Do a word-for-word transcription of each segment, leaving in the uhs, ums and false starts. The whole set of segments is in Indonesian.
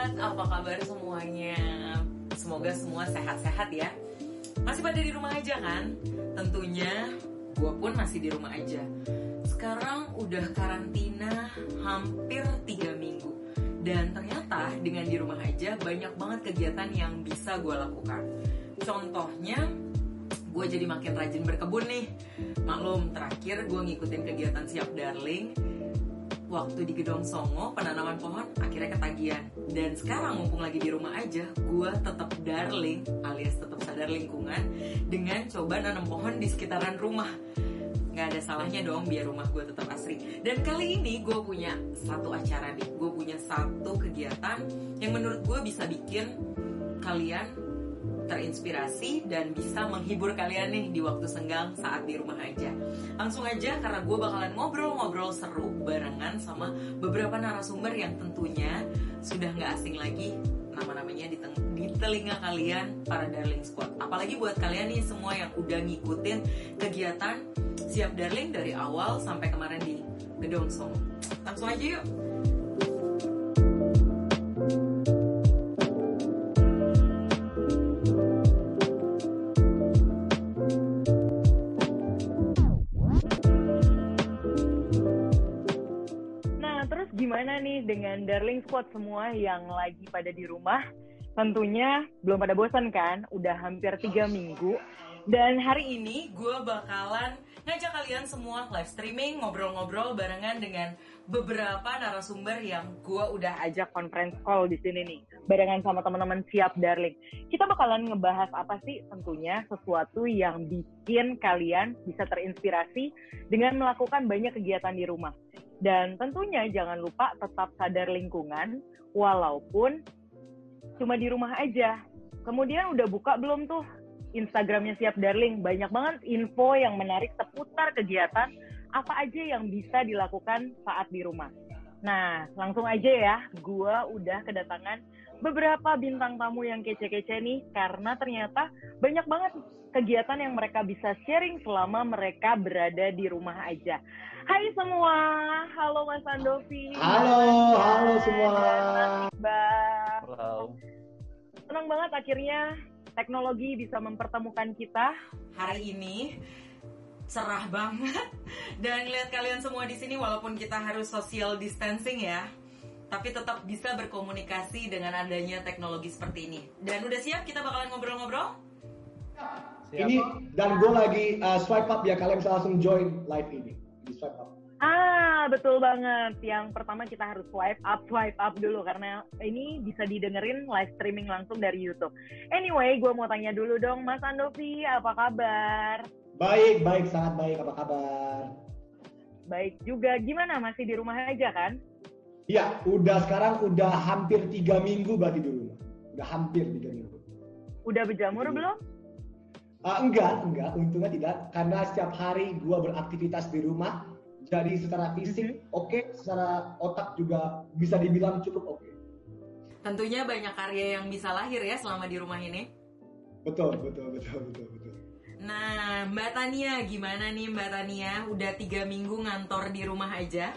sobat, apa kabar semuanya? Semoga semua sehat-sehat ya. Masih pada di rumah aja kan? Tentunya gue pun masih di rumah aja. Sekarang udah karantina hampir tiga minggu. Dan ternyata dengan di rumah aja banyak banget kegiatan yang bisa gue lakukan. Contohnya, gue jadi makin rajin berkebun nih. Maklum, terakhir gue ngikutin kegiatan Siap Darling waktu di Gedong Songo, penanaman pohon akhirnya ketagihan. Dan sekarang mumpung lagi di rumah aja, gue tetap darling alias tetap sadar lingkungan dengan coba nanam pohon di sekitaran rumah. Gak ada salahnya dong biar rumah gue tetap asri. Dan kali ini gue punya satu acara nih, gue punya satu kegiatan yang menurut gue bisa bikin kalian terinspirasi dan bisa menghibur kalian nih di waktu senggang saat di rumah aja. Langsung aja, karena gue bakalan ngobrol-ngobrol seru barengan sama beberapa narasumber yang tentunya sudah gak asing lagi nama-namanya di, di telinga kalian, para Darling Squad. Apalagi buat kalian nih semua yang udah ngikutin kegiatan Siap Darling dari awal sampai kemarin di Gedong Songo. Langsung aja yuk. Gimana nih dengan Darling Squad semua yang lagi pada di rumah? Tentunya belum pada bosan kan? Udah hampir tiga minggu. Dan hari ini gue bakalan ngajak kalian semua live streaming, ngobrol-ngobrol barengan dengan beberapa narasumber yang gue udah ajak conference call di sini nih, barengan sama teman-teman Siap Darling. Kita bakalan ngebahas apa sih? Tentunya sesuatu yang bikin kalian bisa terinspirasi dengan melakukan banyak kegiatan di rumah. Dan tentunya jangan lupa tetap sadar lingkungan, walaupun cuma di rumah aja. Kemudian udah buka belum tuh Instagramnya Siap Darling? Banyak banget info yang menarik seputar kegiatan apa aja yang bisa dilakukan saat di rumah. Nah, langsung aja ya, gue udah kedatangan beberapa bintang tamu yang kece-kece nih, karena ternyata banyak banget kegiatan yang mereka bisa sharing selama mereka berada di rumah aja. Hai semua, halo Mas Andovi. Halo, halo semua. Bang. Halo. Senang banget akhirnya teknologi bisa mempertemukan kita hari ini. Cerah banget. Dan lihat kalian semua di sini walaupun kita harus social distancing ya, tapi tetap bisa berkomunikasi dengan adanya teknologi seperti ini. Dan udah siap kita bakalan ngobrol-ngobrol? Siap. Ini dan gue lagi uh, swipe up ya, kalian bisa langsung join live ini. Di swipe up. Ah, betul banget. Yang pertama kita harus swipe up, swipe up dulu karena ini bisa didengerin live streaming langsung dari YouTube. Anyway, gue mau tanya dulu dong, Mas Andovi, apa kabar? Baik, baik, sangat baik. Apa kabar? Baik juga. Gimana? Masih di rumah aja kan? Iya, udah sekarang udah hampir tiga minggu berarti di rumah. Udah hampir tiga minggu. Udah berjamur Jadi, belum? Uh, enggak, enggak. Untungnya tidak. Karena setiap hari gue beraktivitas di rumah. Jadi secara fisik mm-hmm. oke, okay, secara otak juga bisa dibilang cukup oke. Okay. Tentunya banyak karya yang bisa lahir ya selama di rumah ini. Betul, betul, betul, betul, betul. Nah, Mbak Tania, gimana nih Mbak Tania? Udah tiga minggu ngantor di rumah aja?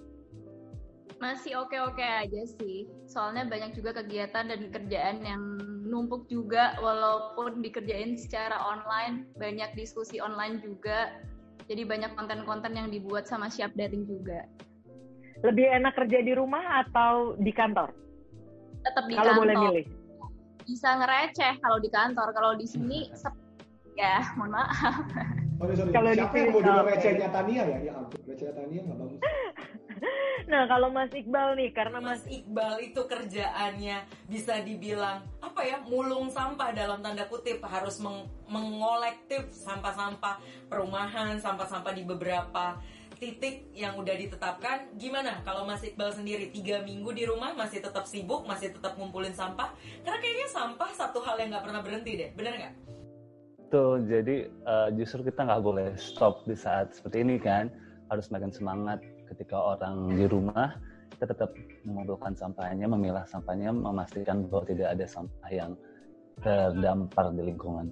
Masih oke-oke aja sih. Soalnya banyak juga kegiatan dan kerjaan yang numpuk juga, walaupun dikerjain secara online. Banyak diskusi online juga. Jadi banyak konten-konten yang dibuat sama Siap Darling juga. Lebih enak kerja di rumah atau di kantor? Tetap di kalau kantor. Kalau boleh milih. Bisa ngereceh kalau di kantor. Kalau di sini, ya mohon maaf. Sorry, sorry. Kalau siapa yang mau dengar recehnya Tania ya? Ya ampun, recehnya Tania nggak bagus. Nah, kalau Mas Iqbal nih, karena Mas Iqbal itu kerjaannya bisa dibilang apa ya, mulung sampah dalam tanda kutip, harus meng- mengolektif sampah-sampah perumahan, sampah-sampah di beberapa titik yang udah ditetapkan. Gimana kalau Mas Iqbal sendiri tiga minggu di rumah masih tetap sibuk, masih tetap ngumpulin sampah? Karena kayaknya sampah satu hal yang nggak pernah berhenti deh, bener nggak? Tuh, jadi uh, justru kita nggak boleh stop di saat seperti ini kan, harus makin semangat ketika orang di rumah. Kita tetap mengumpulkan sampahnya, memilah sampahnya, memastikan bahwa tidak ada sampah yang terdampar di lingkungan.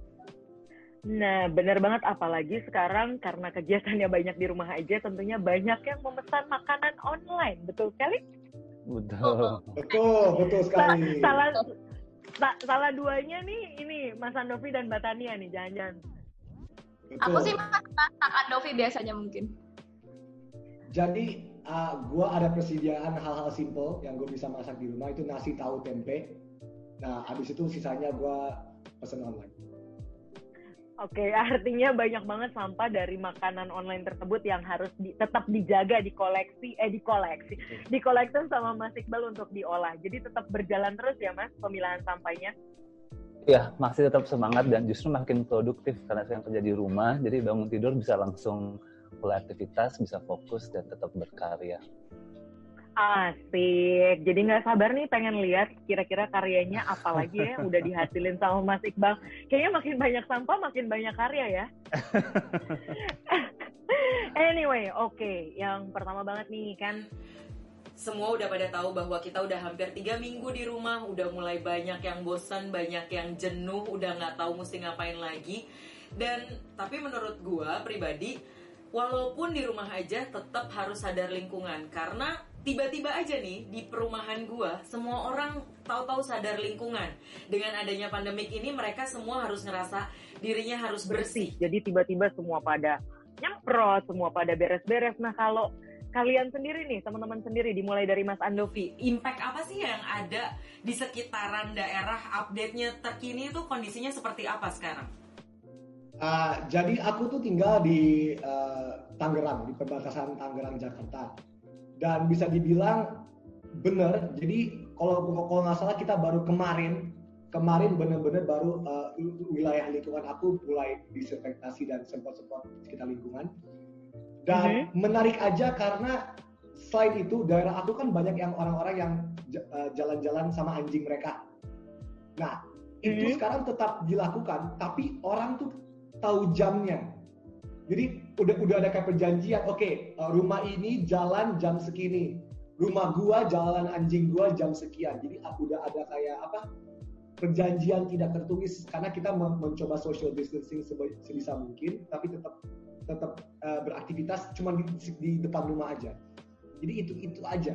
Nah, benar banget, apalagi sekarang karena kegiatannya banyak di rumah aja, tentunya banyak yang memesan makanan online, betul sekali? Betul. Betul, betul sekali. Salah sa- salah duanya nih ini Mas Andovi dan Mbak Tania nih, jangan-jangan. Betul. Aku sih masak Andovi biasanya mungkin. Jadi uh, gue ada persediaan hal-hal simple yang gue bisa masak di rumah, itu nasi tahu tempe. Nah abis itu sisanya gue pesen online. Oke, artinya banyak banget sampah dari makanan online tersebut yang harus di, tetap dijaga, dikoleksi, eh dikoleksi, dikoleksi sama Mas Iqbal untuk diolah. Jadi tetap berjalan terus ya Mas pemilahan sampahnya. Ya, masih tetap semangat dan justru makin produktif karena saya kerja di rumah, jadi bangun tidur bisa langsung mulai aktivitas, bisa fokus dan tetap berkarya. Asik, jadi nggak sabar nih pengen lihat kira-kira karyanya apa lagi ya udah dihasilin sama Mas Iqbal. Kayaknya makin banyak sampah makin banyak karya ya. Anyway, oke, okay. Yang pertama banget nih kan semua udah pada tahu bahwa kita udah hampir tiga minggu di rumah, udah mulai banyak yang bosan, banyak yang jenuh, udah nggak tahu mesti ngapain lagi. Dan tapi menurut gua pribadi, walaupun di rumah aja tetap harus sadar lingkungan, karena tiba-tiba aja nih di perumahan gua semua orang tahu-tahu sadar lingkungan. Dengan adanya pandemik ini mereka semua harus ngerasa dirinya harus bersih. Jadi tiba-tiba semua pada nyemprot, semua pada beres-beres. Nah kalau kalian sendiri nih, teman-teman sendiri, dimulai dari Mas Andovi, impact apa sih yang ada di sekitaran daerah? Update-nya terkini itu kondisinya seperti apa sekarang? Uh, jadi aku tuh tinggal di uh, Tangerang, di perbatasan Tangerang Jakarta. Dan bisa dibilang benar, jadi kalau kalau nggak salah kita baru kemarin, kemarin benar-benar baru uh, wilayah lingkungan aku mulai disinfektasi dan semprot-semprot sekitar lingkungan. Dan mm-hmm. menarik aja karena selain itu daerah aku kan banyak yang orang-orang yang j- uh, jalan-jalan sama anjing mereka. Nah itu mm-hmm. sekarang tetap dilakukan, tapi orang tuh tahu jamnya. Jadi udah udah ada kayak perjanjian, oke, okay, rumah ini jalan jam segini, rumah gua jalan anjing gua jam sekian. Jadi udah ada kayak apa perjanjian tidak tertulis karena kita mencoba social distancing sebisa mungkin, tapi tetap tetap uh, beraktivitas cuma di, di depan rumah aja. Jadi itu itu aja.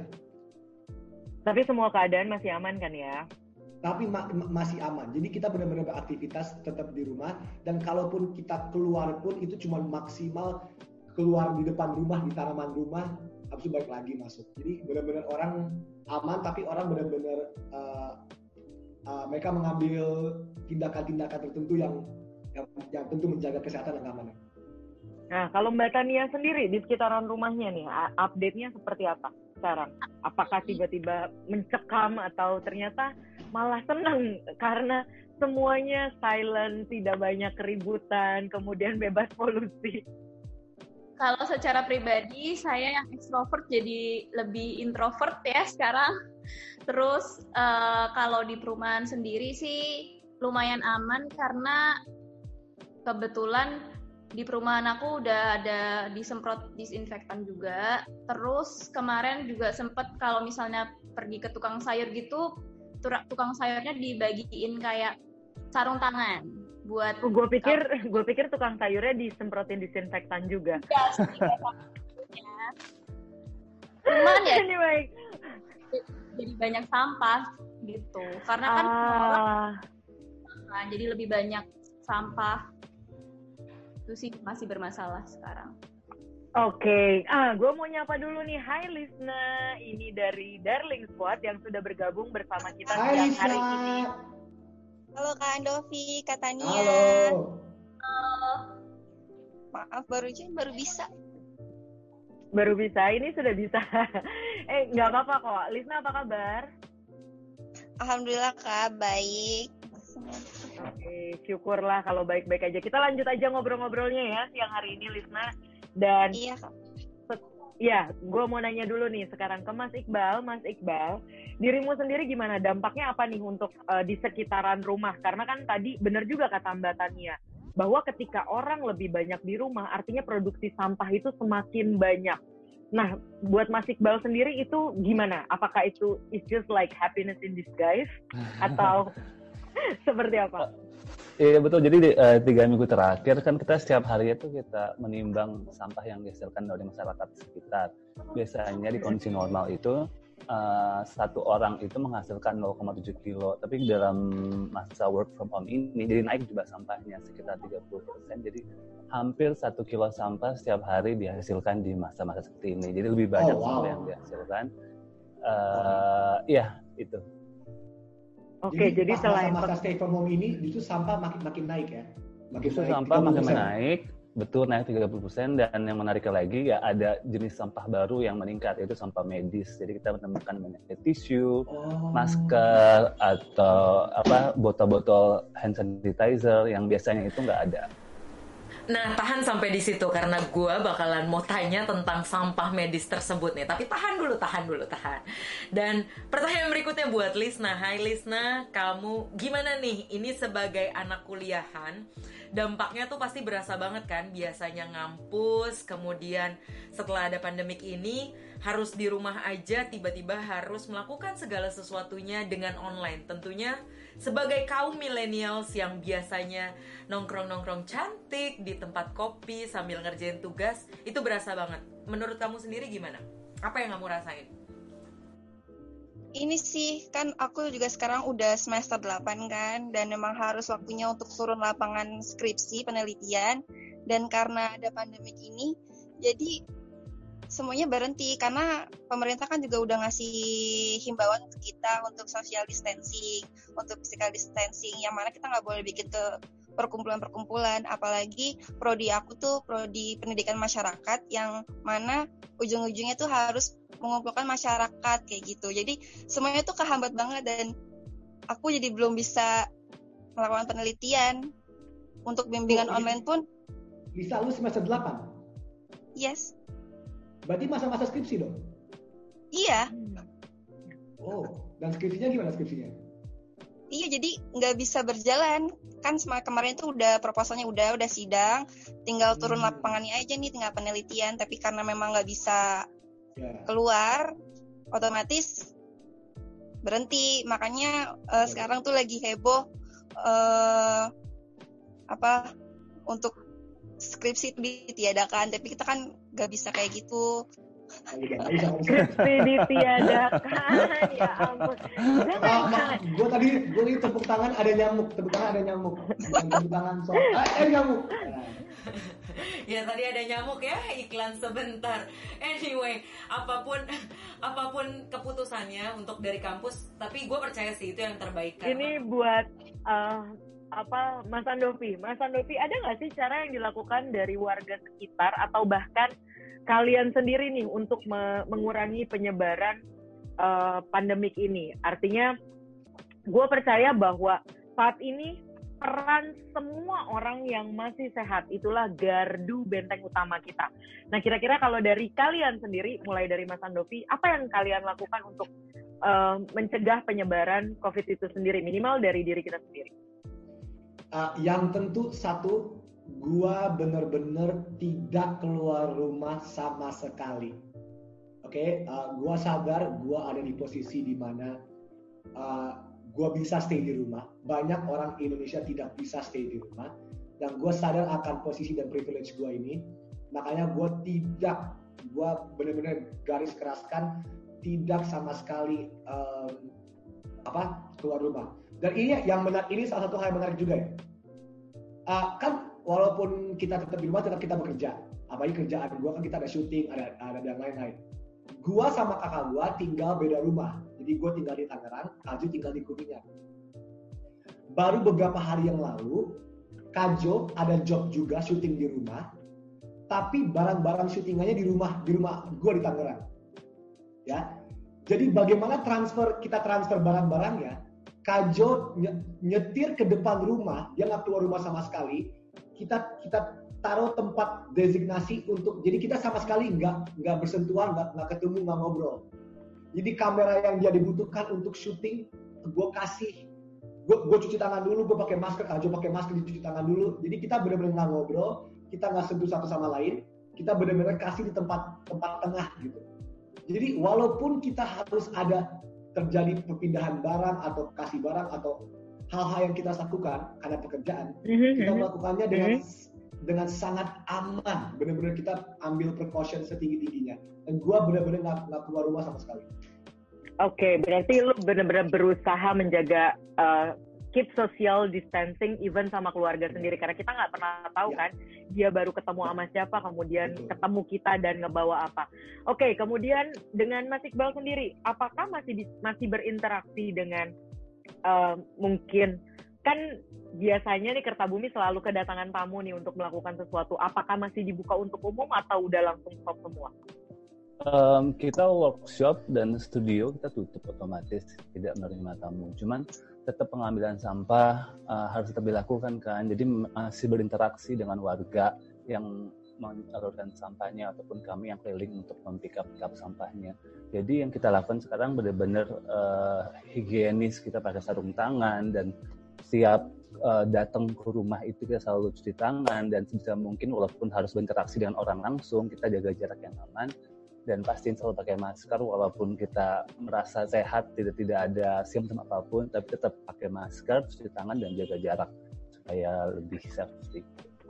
Tapi semua keadaan masih aman kan ya? Tapi ma- masih aman. Jadi kita benar-benar beraktivitas tetap di rumah, dan kalaupun kita keluar pun itu cuma maksimal keluar di depan rumah, di tanaman rumah, habis itu balik lagi masuk. Jadi benar-benar orang aman, tapi orang benar-benar uh, uh, mereka mengambil tindakan-tindakan tertentu yang, yang yang tentu menjaga kesehatan dan keamanan. Nah, kalau Mbak Tania sendiri di sekitaran rumahnya nih, update-nya seperti apa sekarang? Apakah tiba-tiba mencekam atau ternyata malah senang karena semuanya silent, tidak banyak keributan, kemudian bebas polusi? Kalau secara pribadi, saya yang ekstrovert jadi lebih introvert ya sekarang. Terus uh, kalau di perumahan sendiri sih lumayan aman karena kebetulan di perumahan aku udah ada disemprot disinfektan juga. Terus kemarin juga sempet kalau misalnya pergi ke tukang sayur gitu, tukang sayurnya dibagiin kayak sarung tangan buat. Oh, gue pikir, gue pikir tukang sayurnya disemprotin disinfektan juga. Ya, ya. Cuman ya, anyway. jadi banyak sampah gitu. Karena kan ah. orang, nah, jadi lebih banyak sampah. Itu sih masih bermasalah sekarang. Oke, okay. ah, gue mau nyapa dulu nih. Hai Lisna, ini dari Darling Squad yang sudah bergabung bersama kita Hai, siang hari ini. Halo Kak Andovi, Kak Tania. Halo. Halo. Maaf baru aja, baru bisa. Baru bisa, ini sudah bisa. eh, nggak apa-apa kok. Lisna apa kabar? Alhamdulillah Kak, baik. Oke, syukurlah kalau baik-baik aja. Kita lanjut aja ngobrol-ngobrolnya ya siang hari ini, Lisna. Dan iya Kak. Ya, gue mau nanya dulu nih sekarang ke Mas Iqbal. Mas Iqbal, dirimu sendiri gimana? Dampaknya apa nih untuk uh, di sekitaran rumah? Karena kan tadi benar juga kata Mbak Tania, bahwa ketika orang lebih banyak di rumah, artinya produksi sampah itu semakin banyak. Nah, buat Mas Iqbal sendiri itu gimana? Apakah itu it's just like happiness in disguise? Atau seperti apa? Iya betul, jadi di, uh, tiga minggu terakhir kan kita setiap hari itu kita menimbang sampah yang dihasilkan dari masyarakat sekitar. Biasanya di kondisi normal itu uh, satu orang itu menghasilkan nol koma tujuh kilo, tapi dalam masa work from home ini jadi naik juga sampahnya sekitar tiga puluh persen, jadi hampir satu kilo sampah setiap hari dihasilkan di masa-masa seperti ini, jadi lebih banyak oh, wow. sampah yang dihasilkan. Uh, iya itu. Oke, jadi, jadi selain masa stay from home ini itu sampah makin makin naik ya. Makin naik, sampah makin naik, betul naik tiga puluh persen, dan yang menarik lagi ya ada jenis sampah baru yang meningkat, yaitu sampah medis. Jadi kita menemukan banyak tisu, oh. masker atau apa botol-botol hand sanitizer yang biasanya itu nggak ada. Nah, tahan sampai di situ karena gue bakalan mau tanya tentang sampah medis tersebut nih. Tapi tahan dulu, tahan dulu, tahan. Dan pertanyaan berikutnya buat Lisna. Hai Lisna, kamu gimana nih? Ini sebagai anak kuliahan, dampaknya tuh pasti berasa banget kan? Biasanya ngampus, kemudian setelah ada pandemik ini harus di rumah aja, tiba-tiba harus melakukan segala sesuatunya dengan online. Tentunya sebagai kaum millennials yang biasanya nongkrong-nongkrong cantik di tempat kopi sambil ngerjain tugas, itu berasa banget. Menurut kamu sendiri gimana? Apa yang kamu rasain? Ini sih, kan aku juga sekarang udah semester delapan kan, dan memang harus waktunya untuk turun lapangan skripsi, penelitian, dan karena ada pandemik ini, jadi semuanya berhenti karena pemerintah kan juga udah ngasih himbauan untuk kita untuk social distancing, untuk physical distancing, yang mana kita nggak boleh bikin ke perkumpulan-perkumpulan, apalagi prodi aku tuh prodi pendidikan masyarakat yang mana ujung-ujungnya tuh harus mengumpulkan masyarakat kayak gitu. Jadi semuanya tuh kehambat banget dan aku jadi belum bisa melakukan penelitian. Untuk bimbingan oh, online pun. Bisa lu semester delapan? Yes. Berarti masa-masa skripsi dong? Iya. Oh, dan skripsinya gimana skripsinya? Iya, jadi nggak bisa berjalan. Kan kemarin tuh udah proposalnya udah, udah sidang. Tinggal turun hmm. lapangannya aja nih, tinggal penelitian. Tapi karena memang nggak bisa yeah. keluar, otomatis berhenti. Makanya uh, yeah. sekarang tuh lagi heboh uh, apa untuk skripsi ditiadakan, tapi kita kan nggak bisa kayak gitu. Skripsi ditiadakan, ya ampun. Ah, gue tadi gue nih tepuk tangan ada nyamuk, tepuk tangan ada nyamuk, bukan tepuk tangan soal ah, eh nyamuk. Ya tadi ada nyamuk ya, iklan sebentar. Anyway, apapun apapun keputusannya untuk dari kampus, tapi gue percaya sih itu yang terbaik. Karena... Ini buat uh, apa Mas Andovi, Mas Andovi ada nggak sih cara yang dilakukan dari warga sekitar atau bahkan kalian sendiri nih untuk me- mengurangi penyebaran uh, pandemik ini? Artinya, gue percaya bahwa saat ini peran semua orang yang masih sehat itulah gardu benteng utama kita. Nah, kira-kira kalau dari kalian sendiri, mulai dari Mas Andovi, apa yang kalian lakukan untuk uh, mencegah penyebaran COVID itu sendiri, minimal dari diri kita sendiri? Uh, yang tentu satu, gua bener-bener tidak keluar rumah sama sekali. Oke, okay? uh, gua sadar gua ada di posisi di mana uh, gua bisa stay di rumah. Banyak orang Indonesia tidak bisa stay di rumah, dan gua sadar akan posisi dan privilege gua ini. Makanya gua tidak, gua bener-bener garis keraskan tidak sama sekali um, apa keluar rumah. Dan ini yang menarik, ini salah satu hal yang menarik juga ya. Uh, kan walaupun kita tetap di rumah, tetap kita bekerja. Apalagi kerjaan gue kan kita ada syuting, ada ada dan lain-lain. Gue sama kakak gue tinggal beda rumah. Jadi gue tinggal di Tangerang, Kaju tinggal di Kuningan. Baru beberapa hari yang lalu, Kajo ada job juga syuting di rumah. Tapi barang-barang syutingannya di rumah, di rumah gue di Tangerang. Ya. Jadi bagaimana transfer kita transfer barang-barangnya? Kajo nyetir ke depan rumah, dia nggak keluar rumah sama sekali. Kita kita taruh tempat designasi untuk, jadi kita sama sekali nggak nggak bersentuhan, nggak nggak ketemu, nggak ngobrol. Jadi kamera yang dia dibutuhkan untuk syuting, gue kasih, gue gue cuci tangan dulu, gue pakai masker, Kajo pakai masker, dicuci tangan dulu. Jadi kita benar-benar nggak ngobrol, kita nggak sentuh satu sama lain, kita benar-benar kasih di tempat tempat tengah gitu. Jadi walaupun kita harus ada terjadi perpindahan barang atau kasih barang atau hal-hal yang kita lakukan karena pekerjaan, mm-hmm. kita melakukannya dengan mm-hmm. dengan sangat aman, benar-benar kita ambil precaution setinggi-tingginya. Dan gue benar-benar nggak nggak keluar rumah sama sekali. Oke, berarti lu benar-benar berusaha menjaga uh, keep social distancing even sama keluarga sendiri, karena kita nggak pernah tahu kan dia baru ketemu sama siapa, kemudian ketemu kita dan ngebawa apa. Oke, kemudian dengan Mas Iqbal sendiri, apakah masih masih berinteraksi dengan uh, mungkin kan biasanya nih Kertabumi selalu kedatangan tamu nih untuk melakukan sesuatu, apakah masih dibuka untuk umum atau udah langsung stop semua? Um, kita workshop dan studio kita tutup otomatis, tidak menerima tamu. Cuman tetap pengambilan sampah uh, harus tetap dilakukan kan. Jadi masih berinteraksi dengan warga yang menyalurkan sampahnya ataupun kami yang keliling untuk mempick up, pick up sampahnya. Jadi yang kita lakukan sekarang benar-benar uh, higienis, kita pakai sarung tangan dan setiap uh, datang ke rumah itu kita selalu cuci tangan dan sebisa mungkin walaupun harus berinteraksi dengan orang langsung, kita jaga jarak yang aman. Dan pastiin selalu pakai masker walaupun kita merasa sehat, tidak tidak ada simptom apapun, tapi tetap pakai masker, cuci tangan dan jaga jarak supaya lebih safety.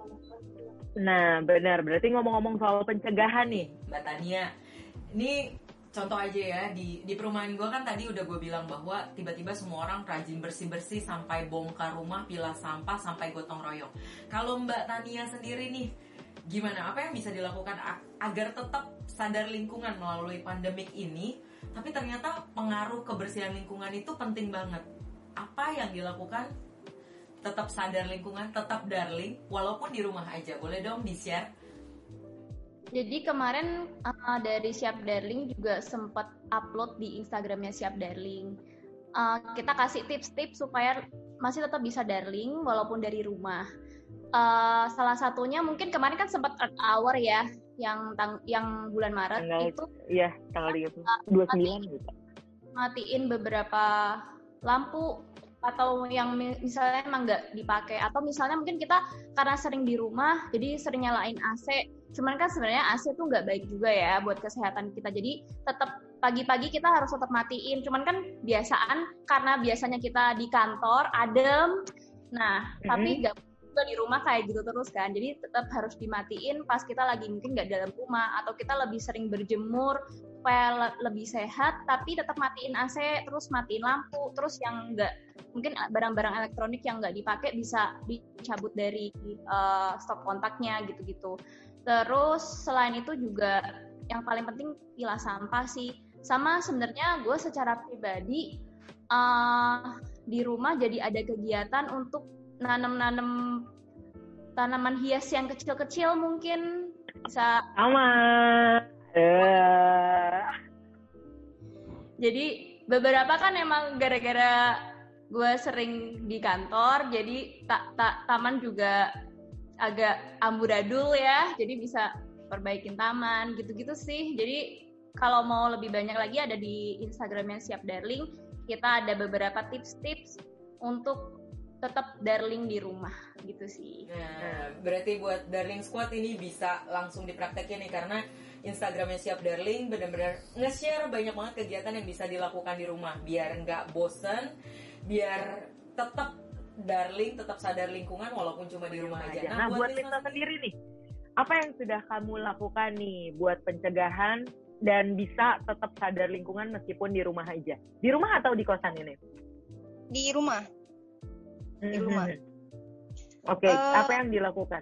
Nah benar, berarti ngomong-ngomong soal pencegahan nih Mbak Tania, ini contoh aja ya, di di perumahan gue kan tadi udah gue bilang bahwa tiba-tiba semua orang rajin bersih-bersih sampai bongkar rumah, pilah sampah, sampai gotong royong. Kalau Mbak Tania sendiri nih, gimana, apa yang bisa dilakukan agar tetap sadar lingkungan melalui pandemik ini, tapi ternyata pengaruh kebersihan lingkungan itu penting banget. Apa yang dilakukan tetap sadar lingkungan, tetap darling, walaupun di rumah aja? Boleh dong di-share? Jadi kemarin uh, dari Siap Darling juga sempat upload di Instagramnya Siap Darling. Uh, kita kasih tips-tips supaya masih tetap bisa darling walaupun dari rumah. Uh, salah satunya mungkin kemarin kan sempat Earth Hour ya, yang tang- yang bulan Maret tanggal, itu iya tanggal dua puluh sembilan mati, gitu. Matiin beberapa lampu atau yang misalnya emang nggak dipakai, atau misalnya mungkin kita karena sering di rumah jadi sering nyalain A C, cuman kan sebenarnya A C tuh nggak baik juga ya buat kesehatan kita, jadi tetap pagi-pagi kita harus tetap matiin. Cuman kan biasaan karena biasanya kita di kantor adem, nah mm-hmm. tapi nggak di rumah kayak gitu terus kan, jadi tetap harus dimatiin pas kita lagi mungkin nggak dalam rumah, atau kita lebih sering berjemur supaya le- lebih sehat, tapi tetap matiin A C, terus matiin lampu, terus yang nggak, mungkin barang-barang elektronik yang nggak dipakai bisa dicabut dari uh, stop kontaknya gitu-gitu. Terus selain itu juga yang paling penting pilah sampah sih, sama sebenarnya gue secara pribadi uh, di rumah jadi ada kegiatan untuk nanam-nanam tanaman hias yang kecil-kecil, mungkin bisa sama uh. Jadi beberapa kan emang gara-gara gue sering di kantor, jadi tak ta, taman juga agak amburadul ya, jadi bisa perbaikin taman gitu-gitu sih. Jadi kalau mau lebih banyak lagi ada di Instagramnya Siap Darling, kita ada beberapa tips-tips untuk tetap darling di rumah gitu sih. Nah, berarti buat Darling Squad ini bisa langsung dipraktekin nih, karena Instagramnya Siap Darling benar-benar nge-share banyak banget kegiatan yang bisa dilakukan di rumah biar nggak bosen, biar tetap darling, tetap sadar lingkungan walaupun cuma di rumah aja. Nah, nah buat Lisa sendiri nih, apa yang sudah kamu lakukan nih buat pencegahan dan bisa tetap sadar lingkungan meskipun di rumah aja? Di rumah atau di kosan ini? Di rumah. Di rumah. Oke, okay. uh, apa yang dilakukan?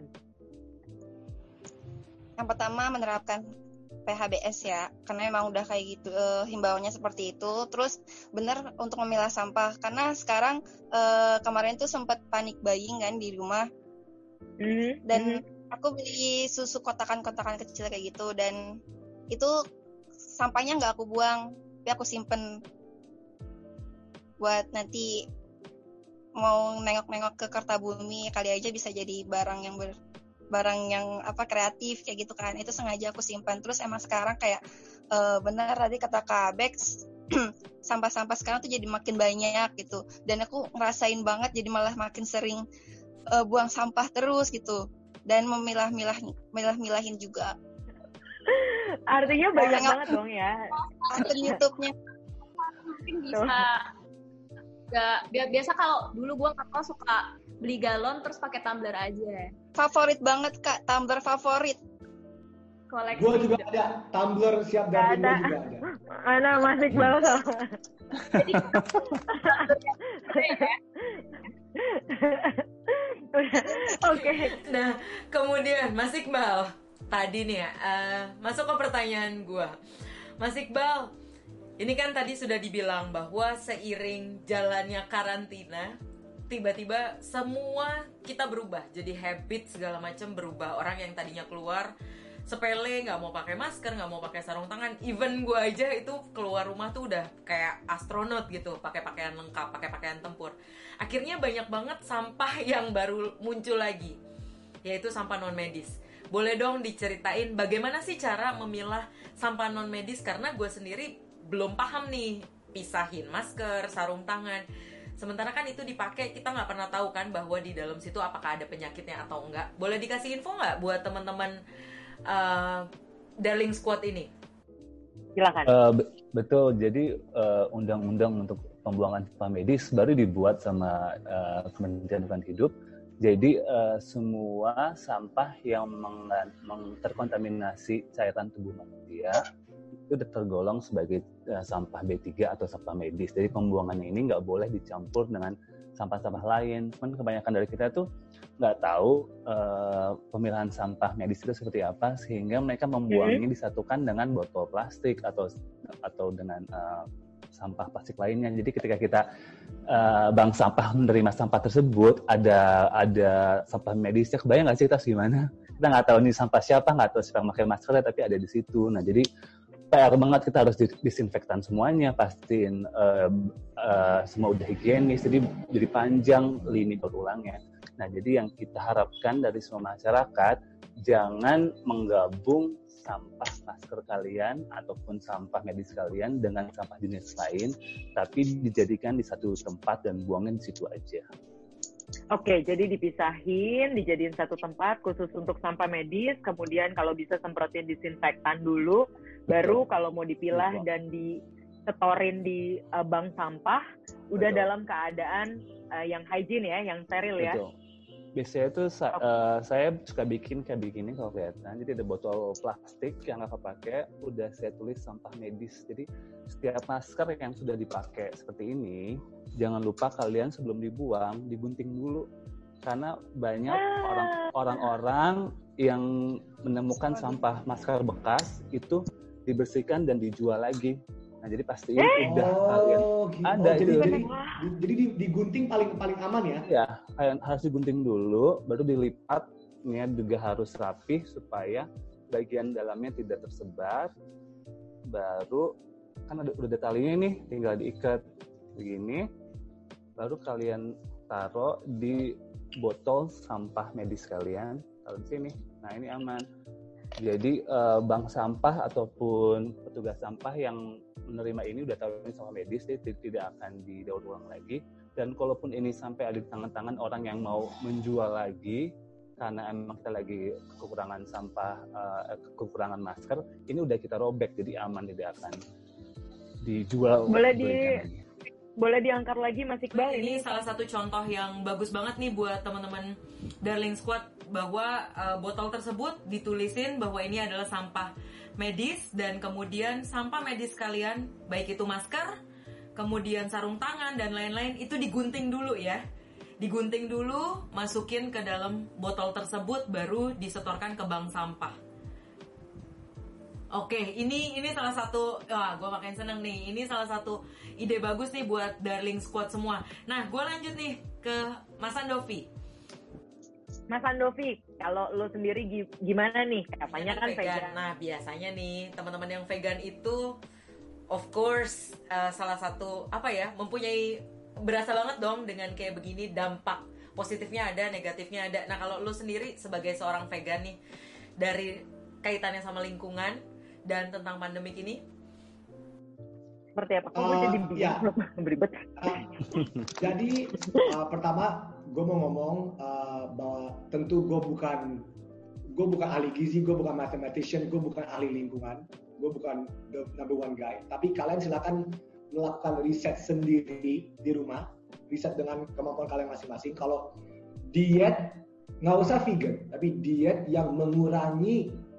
Yang pertama menerapkan P H B S ya, karena memang udah kayak gitu uh, himbauannya seperti itu. Terus benar untuk memilah sampah, karena sekarang uh, kemarin tuh sempat panik buying kan di rumah. Mm-hmm. Dan aku beli susu kotakan-kotakan kecil kayak gitu, dan itu sampahnya nggak aku buang, tapi aku simpen buat nanti mau nengok-nengok ke Kertabumi, kali aja bisa jadi barang yang ber, barang yang apa kreatif kayak gitu kan. Itu sengaja aku simpan. Terus emang sekarang kayak uh, benar tadi kata Kak Bex, sampah-sampah sekarang tuh jadi makin banyak gitu. Dan aku ngerasain banget jadi malah makin sering uh, buang sampah terus gitu. Dan memilah-milah milah-milahin juga. Artinya banyak nah, banget dong ya. Akun YouTube-nya mungkin bisa. Gak, biasa kalau dulu gue kakak suka beli galon terus pakai tumbler aja. Favorit banget Kak, tumbler favorit. Koleksi. Gue juga ada tumbler siap dari gue juga ada. Mana Mas Iqbal sama. Oke. Nah, kemudian Mas Iqbal, tadi nih ya, uh, masuk ke pertanyaan gue. Mas Iqbal, ini kan tadi sudah dibilang bahwa seiring jalannya karantina, tiba-tiba semua kita berubah, jadi habit segala macam berubah. Orang yang tadinya keluar sepele, nggak mau pakai masker, nggak mau pakai sarung tangan, even gue aja itu keluar rumah tuh udah kayak astronot gitu, pakai pakaian lengkap, pakai pakaian tempur. Akhirnya banyak banget sampah yang baru muncul lagi, yaitu sampah non medis. Boleh dong diceritain bagaimana sih cara memilah sampah non medis, karena gue sendiri belum paham nih pisahin masker, sarung tangan. Sementara kan itu dipakai, kita nggak pernah tahu kan bahwa di dalam situ apakah ada penyakitnya atau enggak. Boleh dikasih info nggak buat teman-teman uh, Darling Squad ini? Silakan. Uh, be- betul. Jadi uh, undang-undang untuk pembuangan sampah medis baru dibuat sama uh, Kementerian Lingkungan Hidup. Jadi uh, semua sampah yang meng- meng- terkontaminasi cairan tubuh manusia itu udah tergolong sebagai uh, sampah B tiga atau sampah medis. Jadi pembuangannya ini nggak boleh dicampur dengan sampah-sampah lain. Cuman kebanyakan dari kita tuh nggak tahu uh, pemilahan sampah medis itu seperti apa, sehingga mereka membuangnya disatukan dengan botol plastik atau atau dengan uh, sampah plastik lainnya. Jadi ketika kita uh, bank sampah menerima sampah tersebut, ada ada sampah medisnya, kebayang nggak sih kita gimana? Kita nggak tahu ini sampah siapa, nggak tahu siapa yang pakai masker, tapi ada di situ. Nah jadi P R banget, kita harus disinfektan semuanya, pastiin uh, uh, semua udah higienis, jadi jadi panjang lini berulangnya. Nah jadi yang kita harapkan dari semua masyarakat, jangan menggabung sampah masker kalian ataupun sampah medis kalian dengan sampah jenis lain, tapi dijadikan di satu tempat dan buangin di situ aja. Oke, jadi dipisahin, dijadiin satu tempat khusus untuk sampah medis, kemudian kalau bisa semprotin disinfektan dulu, baru kalau mau dipilah Betul. dan disetorin di uh, bank sampah, udah Betul. dalam keadaan uh, yang hygiene ya, yang steril ya. Betul. Biasanya tuh sa- okay. uh, saya suka bikin kayak begini kalau kelihatan. Jadi ada botol plastik yang nggak kepake, udah saya tulis sampah medis. Jadi setiap masker yang sudah dipakai seperti ini, jangan lupa kalian sebelum dibuang digunting dulu, karena banyak ah. orang orang-orang yang menemukan sampah masker bekas itu dibersihkan dan dijual lagi. Nah jadi pastiin eh? udah oh, kalian gitu. ada oh, jadi, itu. Jadi, jadi digunting paling paling aman ya? Ya, kalian harus digunting dulu, baru dilipat. Ini juga harus rapi supaya bagian dalamnya tidak tersebar. Baru kan ada udah talinya nih, tinggal diikat begini. Baru kalian taruh di botol sampah medis kalian, taruh di sini. Nah ini aman. Jadi uh, bank sampah ataupun petugas sampah yang menerima ini udah tahu ini sampah medis, dia tidak akan didaur ulang lagi. Dan kalaupun ini sampai ada di tangan-tangan orang yang mau menjual lagi, karena emang kita lagi kekurangan sampah, uh, kekurangan masker, ini udah kita robek, jadi aman, tidak akan dijual. Boleh di lagi. Boleh diangkat lagi Mas Iqbal. Ini salah satu contoh yang bagus banget nih buat teman-teman Darling Squad, bahwa uh, botol tersebut ditulisin bahwa ini adalah sampah medis, dan kemudian sampah medis kalian, baik itu masker, kemudian sarung tangan dan lain-lain, itu digunting dulu ya. Digunting dulu, masukin ke dalam botol tersebut, baru disetorkan ke bank sampah. Oke, ini ini salah satu, wah gue makin seneng nih. Ini salah satu ide bagus nih buat Darling Squad semua. Nah, gue lanjut nih ke Mas Andovi. Mas Andovi, kalau lo sendiri gimana nih? Katanya kan vegan. vegan. Nah, biasanya nih teman-teman yang vegan itu, of course, uh, salah satu apa ya, mempunyai berasa banget dong dengan kayak begini, dampak positifnya ada, negatifnya ada. Nah, kalau lo sendiri sebagai seorang vegan nih, dari kaitannya sama lingkungan dan tentang pandemik ini, seperti apa? Kok uh, jadi ya. beribet? Uh, jadi uh, pertama gue mau ngomong uh, bahwa tentu gue bukan gue bukan ahli gizi, gue bukan mathematician, gue bukan ahli lingkungan, gue bukan the number one guy. Tapi kalian silakan melakukan riset sendiri di rumah, riset dengan kemampuan kalian masing-masing. Kalau diet, nggak usah vegan, tapi diet yang mengurangi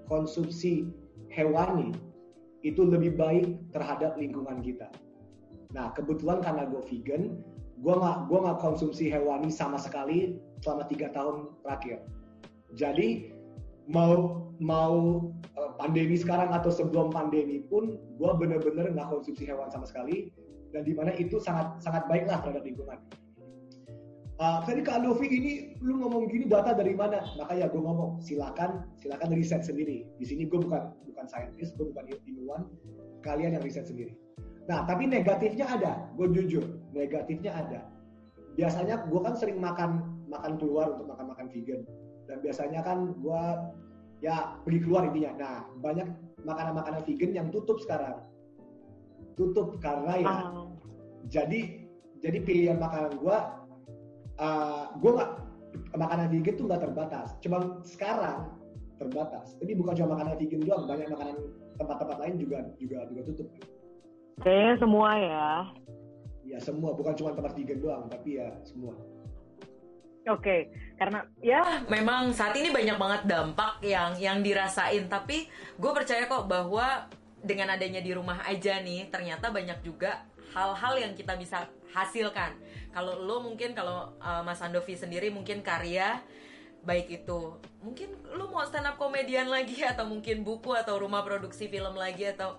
konsumsi hewani itu lebih baik terhadap lingkungan kita. Nah, kebetulan karena gue vegan, gue nggak gue nggak konsumsi hewani sama sekali selama tiga tahun terakhir. Jadi mau mau pandemi sekarang atau sebelum pandemi pun, gue bener-bener nggak konsumsi hewan sama sekali, dan dimana itu sangat sangat baiklah terhadap lingkungan. Uh, tadi Kak Andovi, ini lu ngomong gini data dari mana? Makanya gue ngomong silakan silakan riset sendiri. Di sini gue bukan bukan saintis, gue bukan ilmuwan, kalian yang riset sendiri. Nah, tapi negatifnya ada, gue jujur, negatifnya ada. Biasanya gue kan sering makan makan keluar untuk makan makan vegan, dan biasanya kan gue ya pergi keluar intinya. Nah, banyak makanan-makanan vegan yang tutup sekarang, tutup karena ya. Oh. Jadi jadi pilihan makanan gue Uh, gue nggak makanan vegan tuh nggak terbatas, cuma sekarang terbatas. Tapi bukan cuma makanan vegan doang, banyak makanan tempat-tempat lain juga juga juga tutup. Kayaknya semua ya. Ya semua, bukan cuma tempat vegan doang, tapi ya semua. Oke, okay. Karena ya memang saat ini banyak banget dampak yang yang dirasain. Tapi gue percaya kok bahwa dengan adanya di rumah aja nih, ternyata banyak juga hal-hal yang kita bisa hasilkan. Kalau lo mungkin, kalau uh, Mas Andovi sendiri mungkin karya, baik itu mungkin lo mau stand up komedian lagi, atau mungkin buku atau rumah produksi film lagi, atau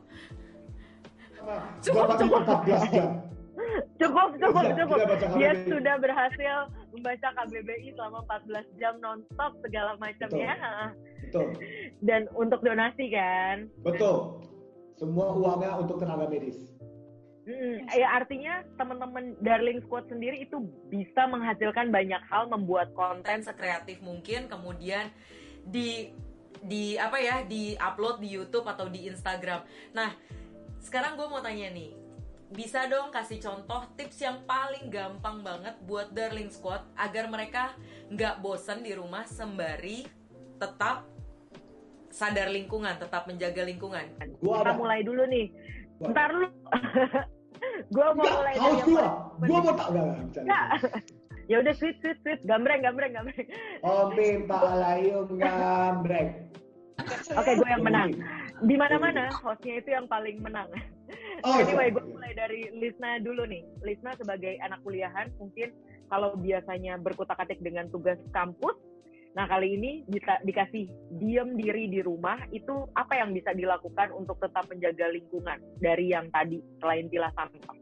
cukup cukup empat belas jam. Cukup cukup Bisa, cukup. Dia K B B I. sudah berhasil membaca K B B I selama empat belas jam nonstop segala macamnya. Betul. Dan untuk donasi kan? Betul. Semua uangnya untuk tenaga medis. Hmm, ya artinya teman-teman Darling Squad sendiri itu bisa menghasilkan banyak hal, membuat konten sekreatif mungkin, kemudian di di apa ya, di upload di YouTube atau di Instagram. Nah, sekarang gue mau tanya nih, bisa dong kasih contoh tips yang paling gampang banget buat Darling Squad agar mereka nggak bosan di rumah sembari tetap sadar lingkungan, tetap menjaga lingkungan. Gua Kita ada. mulai dulu nih. Ntar lu. Gua mau Nggak, mulai dari yang gua. Gua mau tak enggak. Ya udah sweet sweet sweet, gambreng gambreng gambreng. Om Pimpa Alayum gambreng. Oke, okay, gue yang menang. Di mana-mana hostnya itu yang paling menang. Oh, anyway, gue mulai dari Lisna dulu nih. Lisna sebagai anak kuliahan, mungkin kalau biasanya berkutak-atik dengan tugas kampus, nah kali ini bisa dikasih diem diri di rumah, itu apa yang bisa dilakukan untuk tetap menjaga lingkungan dari yang tadi selain pilah sampah?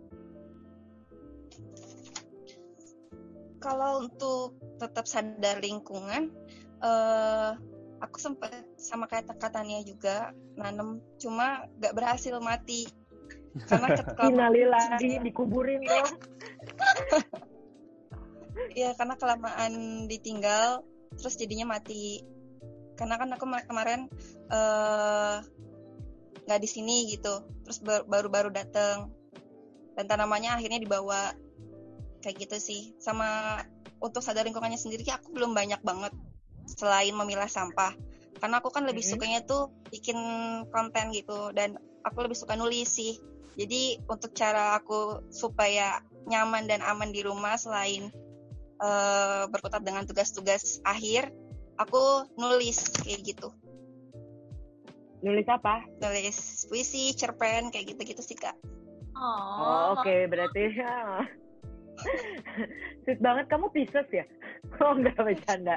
Kalau untuk tetap sadar lingkungan, uh, aku sempat sama kayak Tania juga nanam, cuma nggak berhasil, mati karena kelamaan dikuburin dong. Iya, karena kelamaan ditinggal, terus jadinya mati. Karena kan aku kemarin nggak uh, di sini gitu, terus baru-baru datang dan tanamannya akhirnya dibawa kayak gitu sih. Sama untuk sadar lingkungannya sendiri, aku belum banyak banget selain memilah sampah. Karena aku kan lebih mm-hmm. sukanya tuh bikin konten gitu, dan aku lebih suka nulis sih. Jadi untuk cara aku supaya nyaman dan aman di rumah selain uh, berkutat dengan tugas-tugas akhir, aku nulis kayak gitu. Nulis apa? Nulis puisi, cerpen, kayak gitu-gitu sih, Kak. Oh, oh oke, okay. Berarti ya. Sweet banget, kamu Pisces ya? Oh, enggak, bercanda.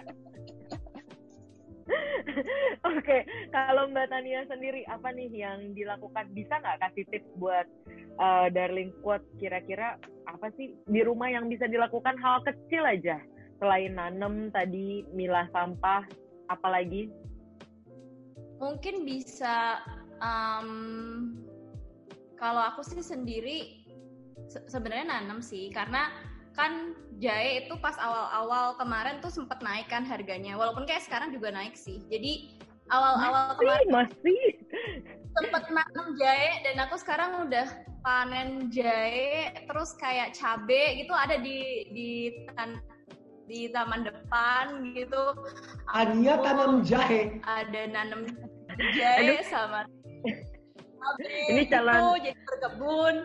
Oke, okay. Kalau Mbak Tania sendiri, apa nih yang dilakukan? Bisa nggak kasih tips buat uh, Darling Squad, kira-kira apa sih di rumah yang bisa dilakukan, hal kecil aja selain nanem tadi, milah sampah, apalagi? Mungkin bisa um, kalau aku sih sendiri se- sebenarnya nanem sih, karena kan jahe itu pas awal-awal kemarin tuh sempat naik kan harganya, walaupun kayak sekarang juga naik sih. Jadi awal-awal masih, kemarin masih sempat nanam jahe, dan aku sekarang udah panen jahe, terus kayak cabe gitu ada di di tan, di taman depan gitu. Ania tanam jahe. Ada nanam jahe sama cabe. Ini calon gitu, jadi berkebun.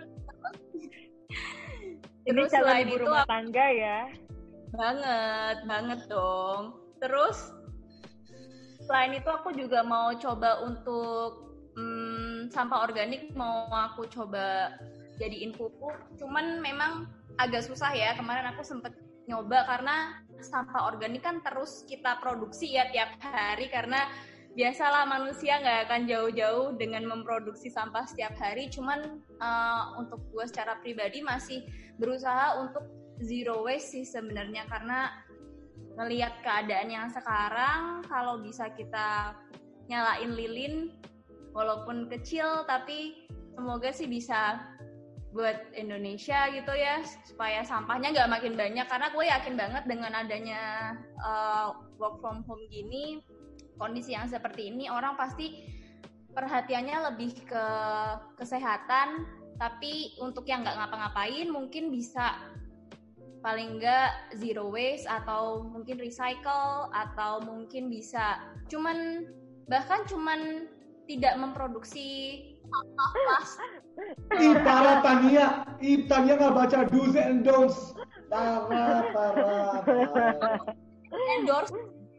Ini Terus calon selain ibu itu rumah tangga ya. Banget, banget dong. Terus selain itu aku juga mau coba untuk hmm, sampah organik, mau aku coba jadiin pupuk. Cuman memang agak susah ya. Kemarin aku sempet nyoba karena sampah organik kan terus kita produksi ya tiap hari, karena biasalah manusia nggak akan jauh-jauh dengan memproduksi sampah setiap hari. Cuman uh, untuk gue secara pribadi masih berusaha untuk zero waste sih sebenarnya, karena ngelihat keadaan yang sekarang, kalau bisa kita nyalain lilin walaupun kecil, tapi semoga sih bisa buat Indonesia gitu ya, supaya sampahnya nggak makin banyak. Karena gue yakin banget dengan adanya uh, work from home gini, kondisi yang seperti ini, orang pasti perhatiannya lebih ke kesehatan, tapi untuk yang nggak ngapa-ngapain mungkin bisa paling nggak zero waste atau mungkin recycle, atau mungkin bisa cuman bahkan cuman tidak memproduksi plastik. Ih, parah Tania, Ih, Tania nggak baca do's and don'ts. Parah, parah, parah. Endorse.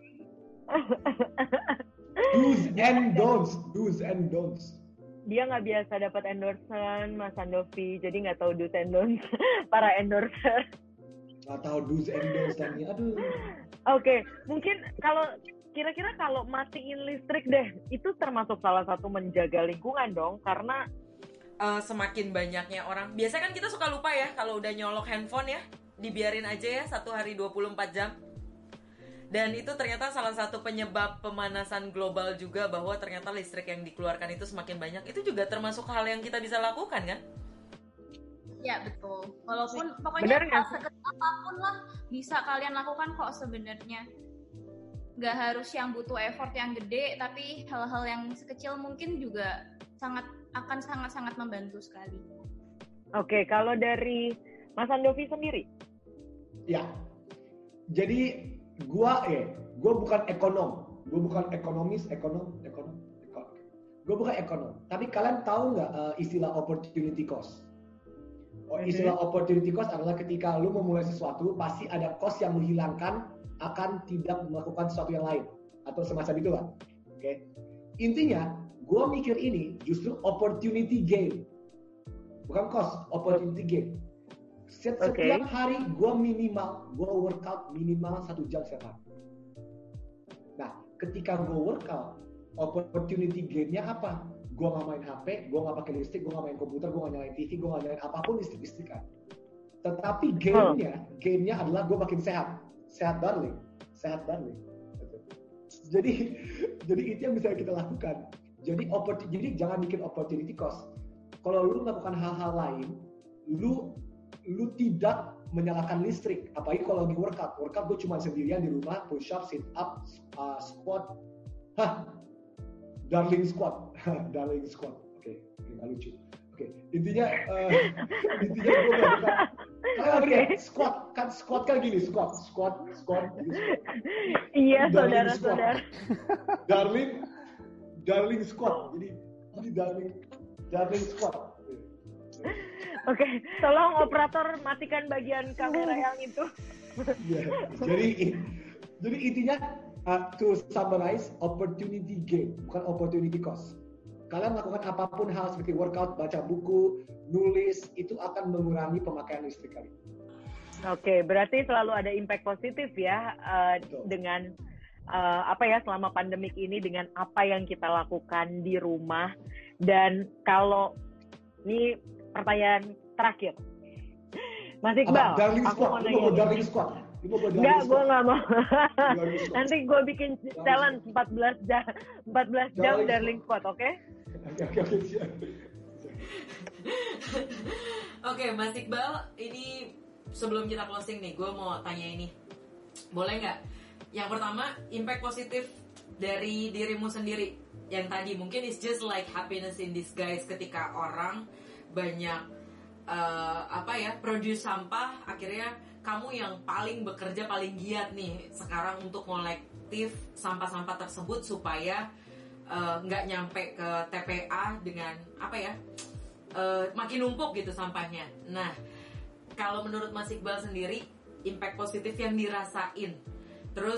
Do's and don'ts, do's and don'ts. Dia nggak biasa dapat endorsement Mas Andovi, jadi nggak tahu do's and don'ts para endorser. Nggak tahu do's and don'ts Tania, aduh. Oke, okay. Mungkin kalau kira-kira kalau matiin listrik deh, itu termasuk salah satu menjaga lingkungan dong, karena uh, semakin banyaknya orang. Biasanya kan kita suka lupa ya kalau udah nyolok handphone ya, dibiarin aja ya satu hari dua puluh empat jam. Dan itu ternyata salah satu penyebab pemanasan global juga, bahwa ternyata listrik yang dikeluarkan itu semakin banyak. Itu juga termasuk hal yang kita bisa lakukan kan? Ya betul. Walaupun pokoknya bener hal sekecil apapun lah bisa kalian lakukan kok sebenarnya. Gak harus yang butuh effort yang gede, tapi hal-hal yang sekecil mungkin juga sangat akan sangat-sangat membantu sekali. Oke, kalau dari Mas Andovi sendiri? Ya, jadi gua eh, gua bukan ekonom, gua bukan ekonomis, ekonom, ekonom, ekonom. Gua bukan ekonom. Tapi kalian tahu nggak uh, istilah opportunity cost? Oh, istilah opportunity cost adalah ketika lu memulai sesuatu, pasti ada cost yang menghilangkan akan tidak melakukan sesuatu yang lain atau semacam itulah. Oke. Okay? Intinya, gue mikir ini justru opportunity gain, bukan cost, opportunity gain. Setiap okay. hari gue minimal, gue workout minimal satu jam setiap hari. Nah, ketika gue workout, opportunity gainnya apa? Gue nggak main H P, gue nggak pakai listrik, gue nggak main komputer, gue nggak nyalain T V, gue nggak nyalain apapun listrik-listrikan. Tetapi gainnya, gainnya adalah gue makin sehat. Sehat darling, sehat darling. Jadi, jadi itu yang bisa kita lakukan. Jadi, jadi jangan bikin opportunity cost. Kalau lu melakukan hal-hal lain, lu lu tidak menyalakan listrik. Apalagi kalau lagi workout, workout gue cuma sendirian di rumah, push up, sit up, uh, squat, hah, darling squat, darling squat. Oke, okay. okay, nggak lucu. Oke, okay. intinya, uh, intinya gue melakukan. Kalian okay. lihat squat kan squat kan gini squat squat squat gitu, squat. Iya saudara-saudara. Darling darling squat. Jadi jadi darling darling squat. Oke, okay. Tolong operator matikan bagian kamera yang itu. Yeah. Jadi jadi intinya uh, to summarize, opportunity gain bukan opportunity cost. Kalian melakukan apapun hal seperti workout, baca buku, nulis, itu akan mengurangi pemakaian listrik kalian. Oke, berarti selalu ada impact positif ya uh, dengan uh, apa ya selama pandemik ini, dengan apa yang kita lakukan di rumah. Dan kalau ini pertanyaan terakhir, Mas Iqbal, darling aku squat. mau nanya. Lu mau darling squat? Enggak, gue nggak mau. Nanti gue bikin challenge empat belas jam, empat belas jam darling squat, oke? Okay? Oke, oke, siap. Oke, Mas Iqbal, ini sebelum kita closing nih, gue mau tanya ini, boleh nggak? Yang pertama, impact positif dari dirimu sendiri. Yang tadi mungkin it's just like happiness in disguise, ketika orang banyak uh, apa ya, produce sampah, akhirnya kamu yang paling bekerja paling giat nih sekarang untuk kolektif sampah-sampah tersebut supaya nggak uh, nyampe ke T P A dengan apa ya, uh, makin numpuk gitu sampahnya. Nah, kalau menurut Mas Iqbal sendiri, impact positif yang dirasain, terus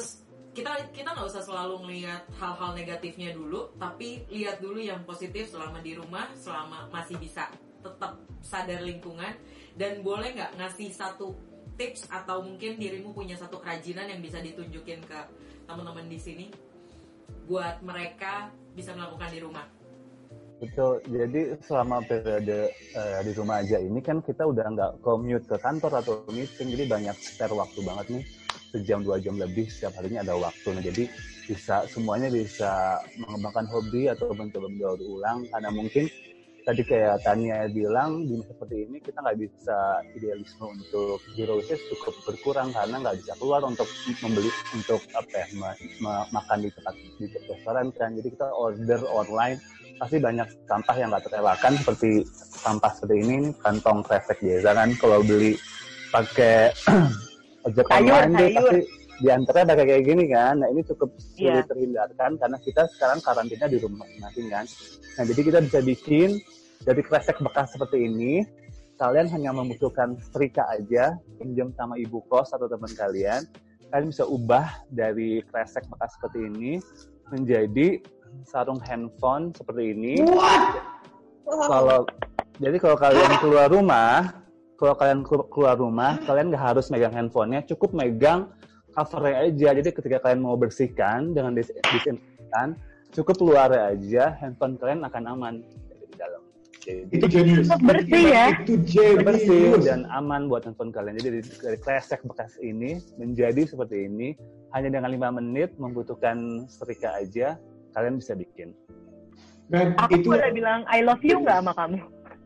kita kita nggak usah selalu ngelihat hal-hal negatifnya dulu, tapi lihat dulu yang positif selama di rumah, selama masih bisa tetap sadar lingkungan. Dan boleh nggak ngasih satu tips atau mungkin dirimu punya satu kerajinan yang bisa ditunjukin ke teman-teman di sini buat mereka bisa melakukan di rumah? Betul, jadi selama periode uh, di rumah aja ini kan kita udah nggak commute ke kantor atau meeting, jadi banyak spare waktu banget nih, sejam dua jam lebih setiap harinya ada waktu. Nah jadi bisa semuanya bisa mengembangkan hobi atau mencoba mendaur ulang, karena mungkin tadi kayak Tania bilang di seperti ini kita nggak bisa idealisme untuk zero waste cukup berkurang karena nggak bisa keluar untuk membeli untuk apa ya ma- ma- makan di tempat di restoran kan, jadi kita order online. Pasti banyak sampah yang nggak terelakkan seperti sampah seperti ini, kantong kresek biasa kan kalau beli pakai ojek online dia pasti diantaranya ada kayak gini kan. Nah ini cukup sulit yeah. terhindarkan karena kita sekarang karantina di rumah masing-masing kan. Nah jadi kita bisa bikin dari kresek bekas seperti ini, kalian hanya membutuhkan setrika aja, pinjam sama ibu kos atau teman kalian, kalian bisa ubah dari kresek bekas seperti ini menjadi sarung handphone seperti ini. What? Kalau jadi kalau kalian keluar rumah, kalau kalian keluar rumah, kalian nggak harus megang handphonenya, cukup megang covernya aja. Jadi ketika kalian mau bersihkan dengan dis- disinfektan, cukup keluar aja, handphone kalian akan aman di dalam. Jadi, itu jenius. Bersih ya. Itu jenius. Bersih dan aman buat handphone kalian. Jadi dari kresek bekas ini menjadi seperti ini, hanya dengan lima menit membutuhkan setrika aja. Kalian bisa bikin. Dan aku itu udah bilang I love you nggak sama kamu?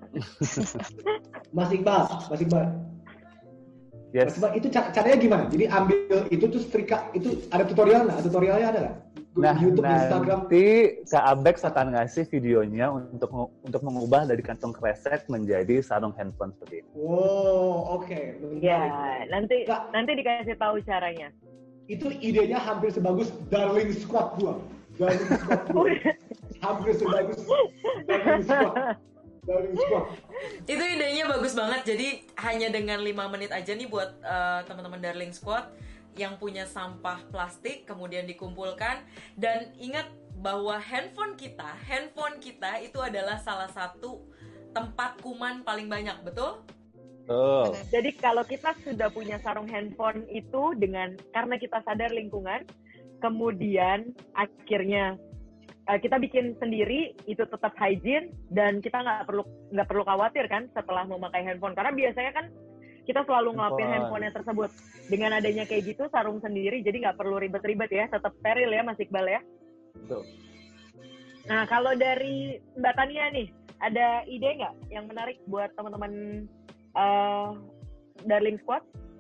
Mas Iqbal, Mas Iqbal. Yes. Mas Iqbal, itu caranya gimana? Jadi ambil itu tuh setrika, itu ada tutorial nggak? Tutorialnya ada nggak? Nah, YouTube, nah, Instagram. nanti Kak Abex akan ngasih videonya untuk untuk mengubah dari kantong kresek menjadi sarung handphone seperti ini. Oh, oke. Okay. Ya, nanti Nggak. nanti dikasih tahu caranya. Itu idenya hampir sebagus Darling Squad gua. Darling Squad gua. Hampir sebagus Darling Squad. Darling Squad. Itu idenya bagus banget. Jadi hanya dengan lima menit aja nih buat uh, teman-teman Darling Squad yang punya sampah plastik kemudian dikumpulkan. Dan ingat bahwa handphone kita, handphone kita itu adalah salah satu tempat kuman paling banyak, betul? Oh. Jadi kalau kita sudah punya sarung handphone itu dengan karena kita sadar lingkungan, kemudian akhirnya uh, kita bikin sendiri itu tetap hygiene dan kita nggak perlu nggak perlu khawatir kan setelah memakai handphone, karena biasanya kan kita selalu ngelapin handphonenya tersebut. Dengan adanya kayak gitu sarung sendiri, jadi nggak perlu ribet-ribet ya, tetap steril ya Mas Iqbal ya. Betul. Nah kalau dari Mbak Tania nih, ada ide nggak yang menarik buat teman-teman uh, Darling Squad?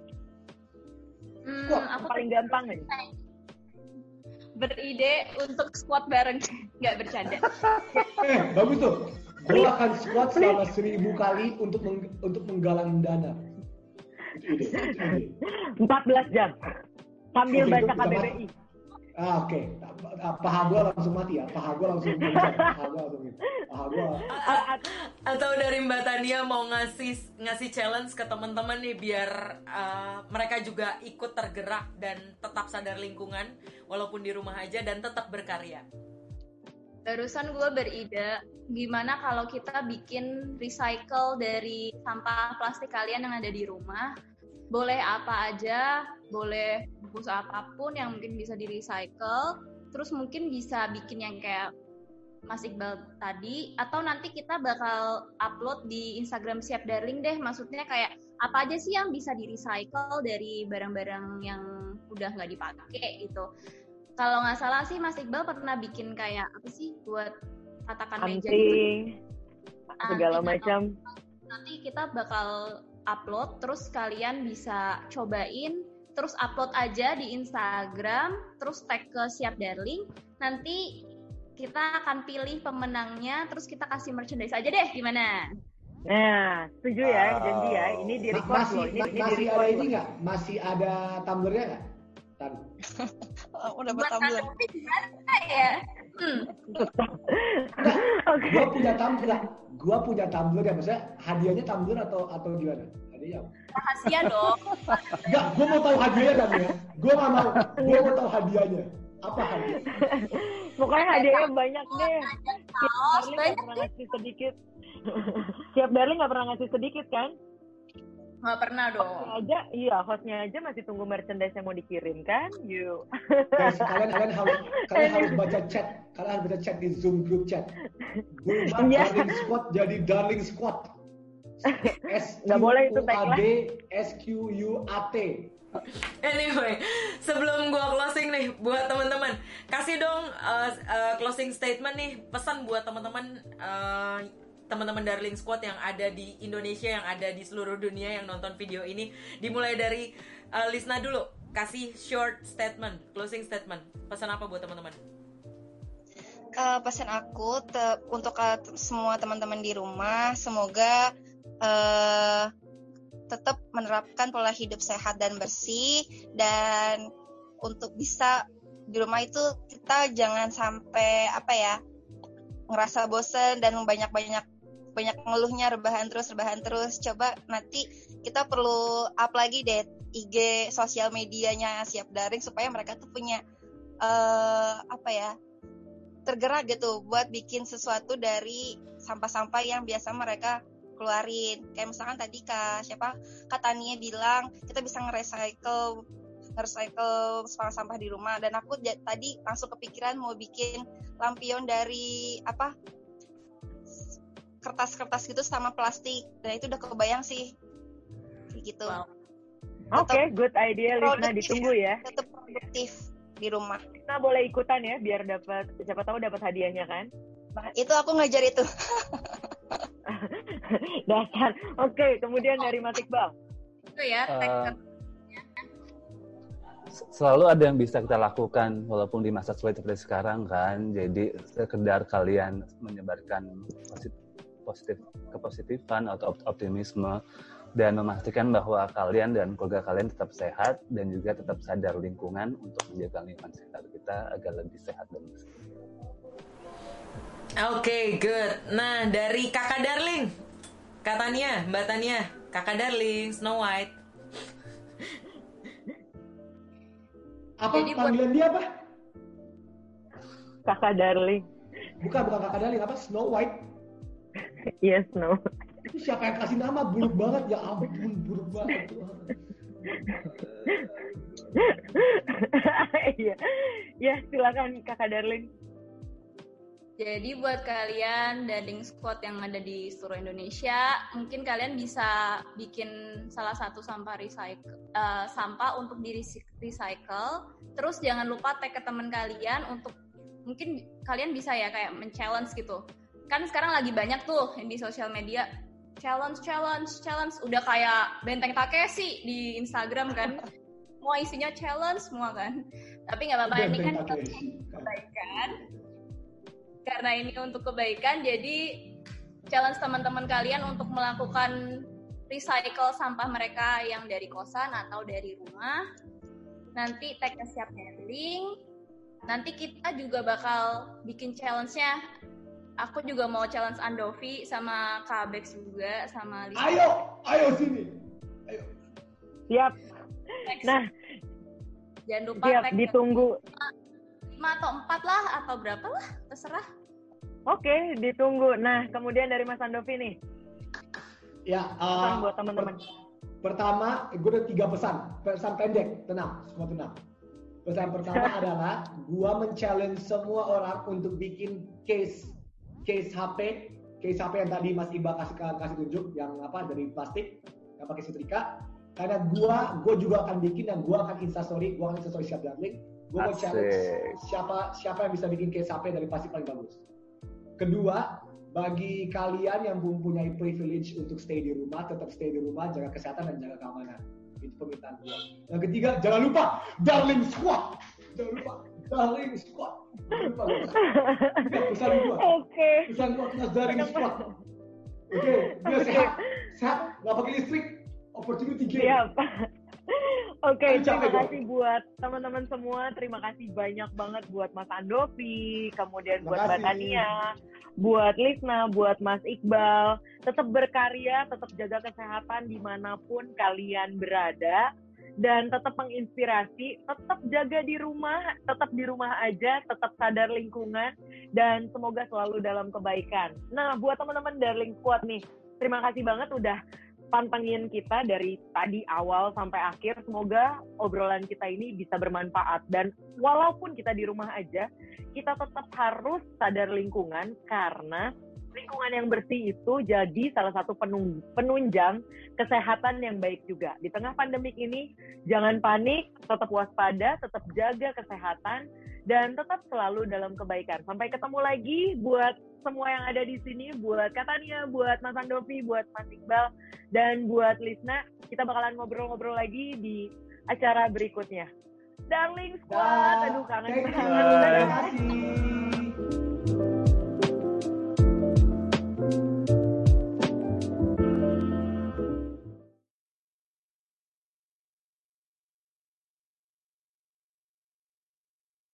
Hmm, Squad aku paling gampang nih. Beride untuk squad bareng, nggak bercanda. Eh, bagus tuh. Gue akan squad selama seribu kali untuk meng- untuk menggalang dana. Itu ide, itu ide. empat belas jam sambil Oke, baca gua K B bisa B I. Ah, oke. Okay. Paha gue langsung mati ya. Paha gue langsung bisa. Paha gue langsung gitu. Paha gue. Atau dari Mbak Tania mau ngasih ngasih challenge ke teman-teman nih biar uh, mereka juga ikut tergerak dan tetap sadar lingkungan walaupun di rumah aja dan tetap berkarya. Barusan gue beride, gimana kalau kita bikin recycle dari sampah plastik kalian yang ada di rumah? Boleh apa aja, boleh bungkus apapun yang mungkin bisa di recycle. Terus mungkin bisa bikin yang kayak Mas Iqbal tadi, atau nanti kita bakal upload di Instagram Siap Darling deh. Maksudnya kayak apa aja sih yang bisa di recycle dari barang-barang yang udah nggak dipakai gitu. Kalau nggak salah sih Mas Iqbal pernah bikin kayak apa sih buat tatakan meja gitu. Segala nanti macam. Nanti kita bakal upload, terus kalian bisa cobain, terus upload aja di Instagram, terus tag ke Siap Darling. Nanti kita akan pilih pemenangnya, terus kita kasih merchandise aja deh, gimana? Nah, setuju ya, janji ya. Ini di record masih, loh. Ini, ma- ini masih di ada record ini loh. nggak? Masih ada tumblernya nggak? Tan. Udah Buat bertambah. nanti gimana ya? Hmm. Oke. Gua punya tumbler. Gua punya tumbler ya. Maksudnya hadiahnya tumbler atau atau gimana? Hadiahnya Iya. Rahasia dong. Enggak, gue mau tahu hadiahnya kan ya. Gue nggak mau. Gue mau tahu hadiahnya. Apa hadiah? Pokoknya hadiahnya banyak deh. Siap Kaos, Darling nggak banyak pernah ngasih sedikit. Siap Darling nggak pernah ngasih sedikit kan? Nggak pernah dong. Hostnya aja, iya hostnya aja masih tunggu merchandise yang mau dikirim kan? Yuk. Guys, kalian kalian harus kalian harus baca chat. Kalian harus baca chat di Zoom group chat. Bukan Iya. Darling Squad jadi Darling Squad. S Q Nggak boleh itu U A D tagline. S Q U A T. Anyway, sebelum gua closing nih buat teman-teman, kasih dong uh, uh, closing statement nih, pesan buat teman-teman uh, teman-teman Darling Squad yang ada di Indonesia, yang ada di seluruh dunia yang nonton video ini. Dimulai dari uh, Lisna dulu, kasih short statement, closing statement. Pesan apa buat teman-teman? Uh, pesan aku te- untuk uh, semua teman-teman di rumah, semoga uh, tetap menerapkan pola hidup sehat dan bersih, dan untuk bisa di rumah itu kita jangan sampai apa ya ngerasa bosen dan banyak-banyak banyak ngeluhnya, rebahan terus rebahan terus. Coba nanti kita perlu up lagi deh I G sosial medianya Siap Daring supaya mereka tuh punya uh, apa ya tergerak gitu buat bikin sesuatu dari sampah-sampah yang biasa mereka keluarin. Kayak misalkan tadi Kak siapa Kak Tania bilang kita bisa nge-recycle nge-recycle sampah-sampah di rumah, dan aku j- tadi langsung kepikiran mau bikin lampion dari apa kertas-kertas gitu sama plastik, dan itu udah kebayang sih kayak gitu. Wow. Oke, okay, good idea Lisna, Produktif, ditunggu ya. tetap produktif di rumah. Lisna boleh ikutan ya biar dapat, siapa tahu dapat hadiahnya kan. Nah, itu aku ngajar itu. Dasar. Oke, okay, kemudian dari Mas Iqbal. Itu ya, Uh, selalu ada yang bisa kita lakukan walaupun di masa sulit seperti sekarang kan. Jadi sekedar kalian menyebarkan positif, positif kepositifan atau optimisme dan memastikan bahwa kalian dan keluarga kalian tetap sehat dan juga tetap sadar lingkungan untuk menjaga lingkungan sekitar kita agar lebih sehat dan bersih. Oke, okay, good. Nah, dari Kakak Darling, Kak Tania, Mbak Tania, Kakak Darling, Snow White. Apa Jadi panggilan dia apa? Kakak Darling. Bukan bukan Kakak Darling, apa Snow White? Yes, no. Itu siapa yang kasih nama? Buruk banget, ya ampun, buruk banget. Iya, ya silakan Kakak Darling. Jadi buat kalian Darling Squad yang ada di seluruh Indonesia, mungkin kalian bisa bikin salah satu sampah recycle, uh, sampah untuk di recycle. Terus jangan lupa tag ke teman kalian untuk mungkin kalian bisa ya kayak men-challenge gitu. Kan sekarang lagi banyak tuh yang di sosial media challenge, challenge, challenge. Udah kayak Benteng Takeshi di Instagram kan. Semua isinya challenge semua kan. Tapi nggak apa-apa, ini kan untuk kebaikan. Karena ini untuk kebaikan, jadi challenge teman-teman kalian untuk melakukan recycle sampah mereka yang dari kosan atau dari rumah. Nanti tag ke Siap Daring. Nanti kita juga bakal bikin challenge-nya. Aku juga mau challenge Andovi sama Kak Bex juga, sama Lisa. Ayo, ayo sini. Ayo. Siap. Next. Nah, jangan lupa siap, tag ditunggu. lima atau empat lah, atau berapa lah, terserah. Oke, ditunggu. Nah, kemudian dari Mas Andovi nih. Ya, Pesan uh, buat teman-teman. per- pertama, gue ada tiga pesan. Pesan pendek, tenang, semua tenang. Pesan pertama adalah gue men-challenge semua orang untuk bikin case case H P, case H P yang tadi Mas Iqbal kasih kasih tunjuk, yang apa dari plastik, yang pakai setrika. Karena gue, gue juga akan bikin dan gue akan instastory, gue akan instastory Siap Daring. Gue mau challenge siapa siapa yang bisa bikin case H P dari plastik paling bagus. Kedua, bagi kalian yang mempunyai privilege untuk stay di rumah, tetap stay di rumah, jaga kesehatan dan jaga keamanan. Itu permintaan gue. Yang ketiga, jangan lupa Darling Squad. Jangan lupa Darling Squad. Jangan lupa. Itu pesan gue. Oke. Pesan gue kita Darling Squad. Oke, biar sehat, sehat, nggak pakai listrik. Opportunity game. Siap. Oke, Kan terima capek, kasih buat teman-teman semua. Terima kasih banyak banget buat Mas Andovi, kemudian Terima buat Mbak kasih. Tania, buat Lisna, buat Mas Iqbal. Tetap berkarya, tetap jaga kesehatan dimanapun kalian berada. Dan tetap menginspirasi, tetap jaga di rumah, tetap di rumah aja, tetap sadar lingkungan, dan semoga selalu dalam kebaikan. Nah, buat teman-teman Darling Squad nih, terima kasih banget udah pantengin kita dari tadi awal sampai akhir. Semoga obrolan kita ini bisa bermanfaat. Dan walaupun kita di rumah aja, kita tetap harus sadar lingkungan karena lingkungan yang bersih itu jadi salah satu penunjang kesehatan yang baik juga. Di tengah pandemik ini, jangan panik, tetap waspada, tetap jaga kesehatan, dan tetap selalu dalam kebaikan. Sampai ketemu lagi buat semua yang ada di sini, buat Katania, buat Mas Andovi, buat Mas Iqbal, dan buat Lisna. Kita bakalan ngobrol-ngobrol lagi di acara berikutnya. Darling Squad, aduh kangen Thank you. banget. Terima kasih.